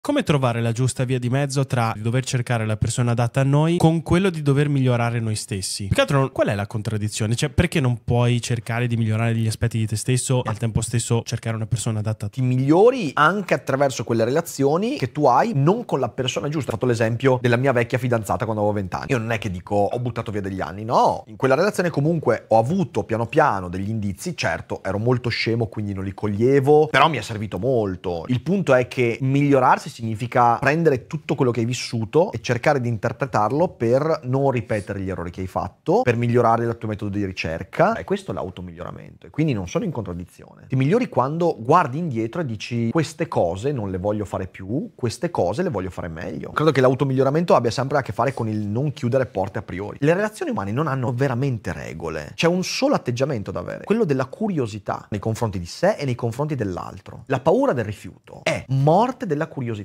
Come trovare la giusta via di mezzo tra il dover cercare la persona adatta a noi con quello di dover migliorare noi stessi? Più che altro, qual è la contraddizione? Cioè, perché non puoi cercare di migliorare degli aspetti di te stesso e al tempo stesso cercare una persona adatta a te? Ti migliori anche attraverso quelle relazioni che tu hai non con la persona giusta. Ho fatto l'esempio della mia vecchia fidanzata quando avevo 20 anni. Io non è che dico ho buttato via degli anni, no. In quella relazione comunque ho avuto piano piano degli indizi. Certo, ero molto scemo, quindi non li coglievo, però mi è servito molto. Il punto è che migliorarsi significa prendere tutto quello che hai vissuto e cercare di interpretarlo per non ripetere gli errori che hai fatto, per migliorare il tuo metodo di ricerca. E questo è l'automiglioramento, e quindi non sono in contraddizione. Ti migliori quando guardi indietro e dici queste cose non le voglio fare più, queste cose le voglio fare meglio. Credo che l'automiglioramento abbia sempre a che fare con il non chiudere porte a priori. Le relazioni umane non hanno veramente regole. C'è un solo atteggiamento da avere, quello della curiosità nei confronti di sé e nei confronti dell'altro. La paura del rifiuto è morte della curiosità.